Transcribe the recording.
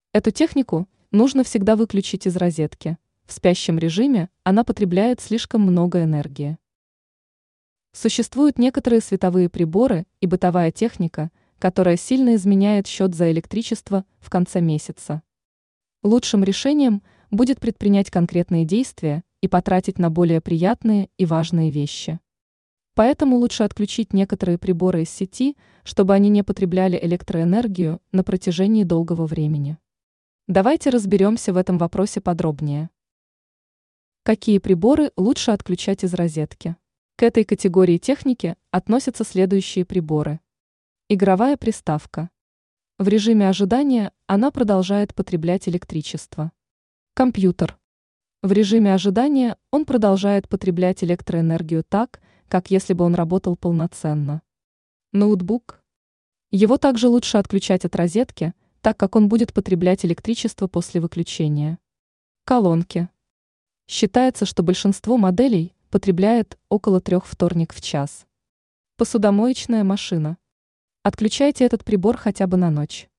Эту технику нужно всегда выключить из розетки. В спящем режиме она потребляет слишком много энергии. Существуют некоторые световые приборы и бытовая техника, которая сильно изменяет счет за электричество в конце месяца. Лучшим решением будет предпринять конкретные действия и потратить на более приятные и важные вещи. Поэтому лучше отключить некоторые приборы из сети, чтобы они не потребляли электроэнергию на протяжении долгого времени. Давайте разберемся в этом вопросе подробнее. Какие приборы лучше отключать из розетки? К этой категории техники относятся следующие приборы. Игровая приставка. В режиме ожидания она продолжает потреблять электричество. Компьютер. В режиме ожидания он продолжает потреблять электроэнергию так, как если бы он работал полноценно. Ноутбук. Его также лучше отключать от розетки, так как он будет потреблять электричество после выключения. Колонки. Считается, что большинство моделей потребляет около 3 вторник в час. Посудомоечная машина. Отключайте этот прибор хотя бы на ночь.